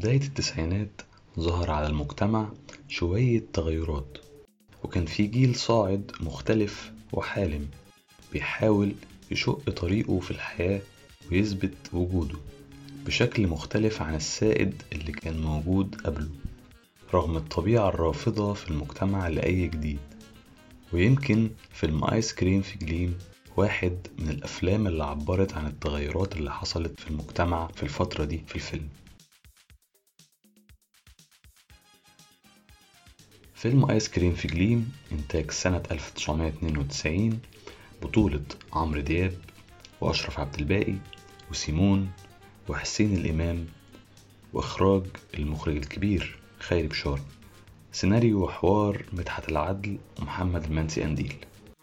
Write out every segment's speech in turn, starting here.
بداية التسعينات ظهر على المجتمع شوية تغيرات، وكان في جيل صاعد مختلف وحالم بيحاول يشق طريقه في الحياة ويثبت وجوده بشكل مختلف عن السائد اللي كان موجود قبله، رغم الطبيعة الرافضة في المجتمع لأي جديد. ويمكن فيلم آيس كريم في جليم واحد من الأفلام اللي عبرت عن التغيرات اللي حصلت في المجتمع في الفترة دي في الفيلم. فيلم آيس كريم في جليم إنتاج سنة 1992، بطولة عمرو دياب وأشرف عبد الباقي وسيمون وحسين الإمام، وإخراج المخرج الكبير خيري بشار، سيناريو وحوار مدحت العدل ومحمد المنسي قنديل.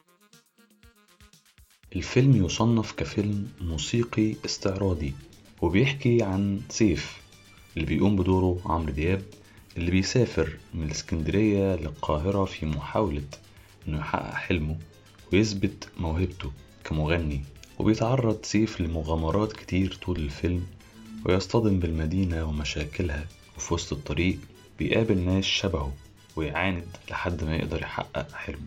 الفيلم يصنف كفيلم موسيقي استعراضي، وبيحكي عن سيف اللي بيقوم بدوره عمرو دياب، اللي بيسافر من الاسكندرية للقاهرة في محاولة انه يحقق حلمه ويثبت موهبته كمغني. وبيتعرض سيف لمغامرات كتير طول الفيلم، ويصطدم بالمدينة ومشاكلها، وفي وسط الطريق بيقابل ناس شبهه ويعاند لحد ما يقدر يحقق حلمه.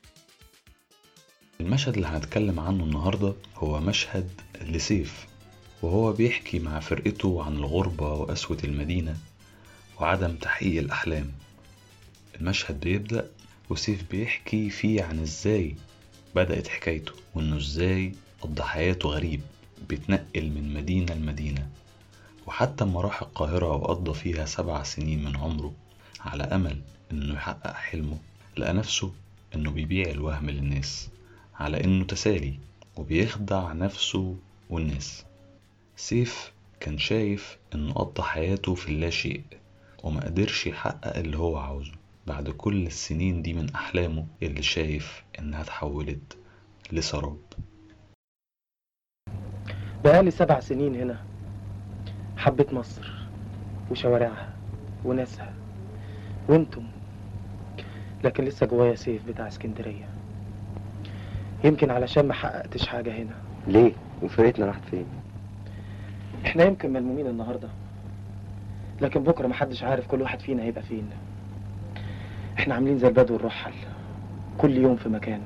المشهد اللي هنتكلم عنه النهاردة هو مشهد لسيف وهو بيحكي مع فرقته عن الغربة وقسوة المدينة وعدم تحقيق الأحلام. المشهد بيبدأ وسيف بيحكي فيه عن ازاي بدأت حكايته، وانه ازاي قضى حياته غريب بيتنقل من مدينة لمدينة، وحتى اما راح القاهرة وقضى فيها 7 سنين من عمره على أمل انه يحقق حلمه، لقى نفسه انه بيبيع الوهم للناس على انه تسالي، وبيخدع نفسه والناس. سيف كان شايف انه قضى حياته في اللاشيء وما قدرش يحقق اللي هو عاوزه بعد كل السنين دي من أحلامه اللي شايف إنها تحولت لسراب. بقالي 7 سنين هنا، حبيت مصر وشوارعها وناسها وانتم، لكن لسه جوايا سيف بتاع اسكندرية. يمكن علشان ما حققتش حاجة هنا. ليه؟ وفرقتنا راحت فين؟ احنا يمكن ملمومين النهاردة، لكن بكرة محدش عارف كل واحد فينا هيبقى فين. احنا عاملين زي البدو الرحل، كل يوم في مكان.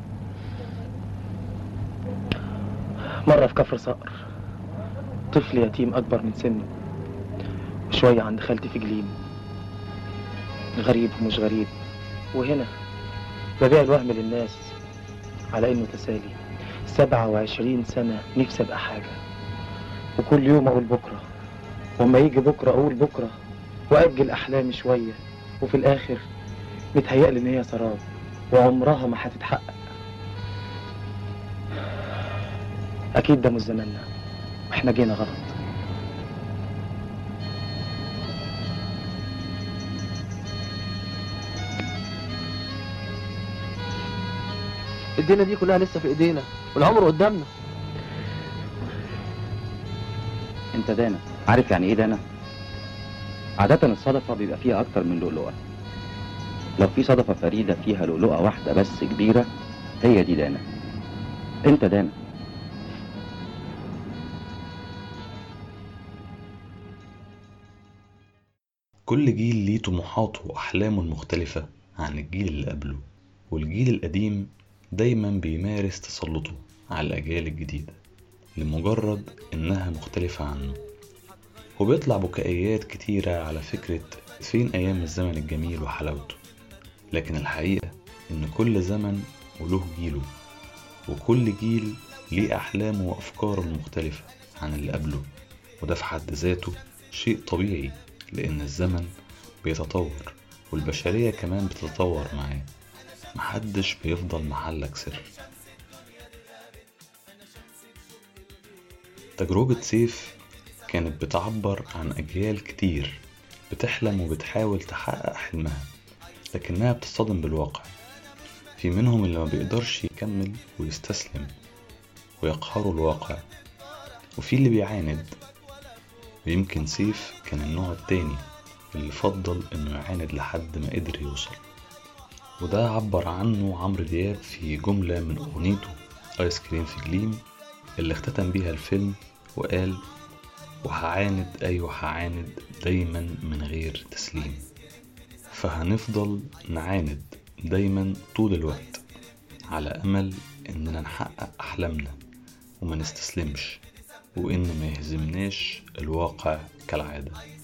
مرة في كفر صقر، طفل يتيم أكبر من سنه، وشوية عند خالتي في جليم، غريب ومش غريب. وهنا ببيع الوهم للناس على إنه تسالي. 27 سنة نفسي أبقى حاجة، وكل يوم أقول بكرة، وما يجي بكرة أقول بكرة، وأجل أحلامي شوية، وفي الآخر متهيألي إن هي سراب وعمرها ما هتتحقق. أكيد ده مش زماننا، إحنا جينا غلط. الدنيا دي كلها لسه في ايدينا والعمر قدامنا. انت دانا عارف يعني ايه دانا؟ عادة الصدفة بيبقى فيها اكتر من لؤلؤة. لو في صدفة فريدة فيها لؤلؤة واحدة بس كبيرة، هي دي دانا. انت دانا. كل جيل ليه طموحاته وأحلامه المختلفة عن الجيل اللي قبله، والجيل القديم دايما بيمارس تسلطه على الأجيال الجديدة لمجرد إنها مختلفة عنه، وبيطلع بكائيات كتيرة على فكرة فين أيام الزمن الجميل وحلاوته. لكن الحقيقة إن كل زمن وله جيله، وكل جيل ليه أحلامه وأفكاره المختلفة عن اللي قبله، وده في حد ذاته شيء طبيعي، لأن الزمن بيتطور والبشرية كمان بتتطور معاه، محدش بيفضل محلك سر. تجربة سيف كانت بتعبر عن أجيال كتير بتحلم وبتحاول تحقق حلمها، لكنها بتصطدم بالواقع. في منهم اللي ما بيقدرش يكمل ويستسلم ويقهروا الواقع، وفي اللي بيعاند. ويمكن سيف كان النوع التاني اللي فضل انه يعاند لحد ما قدر يوصل، وده عبر عنه عمرو دياب في جملة من أغنيته آيس كريم في جليم اللي اختتم بيها الفيلم، وقال: وهعاند، أيوة هعاند دايما من غير تسليم. فهنفضل نعاند دايما طول الوقت على أمل إننا نحقق أحلامنا وما نستسلمش، وإن ما يهزمناش الواقع كالعادة.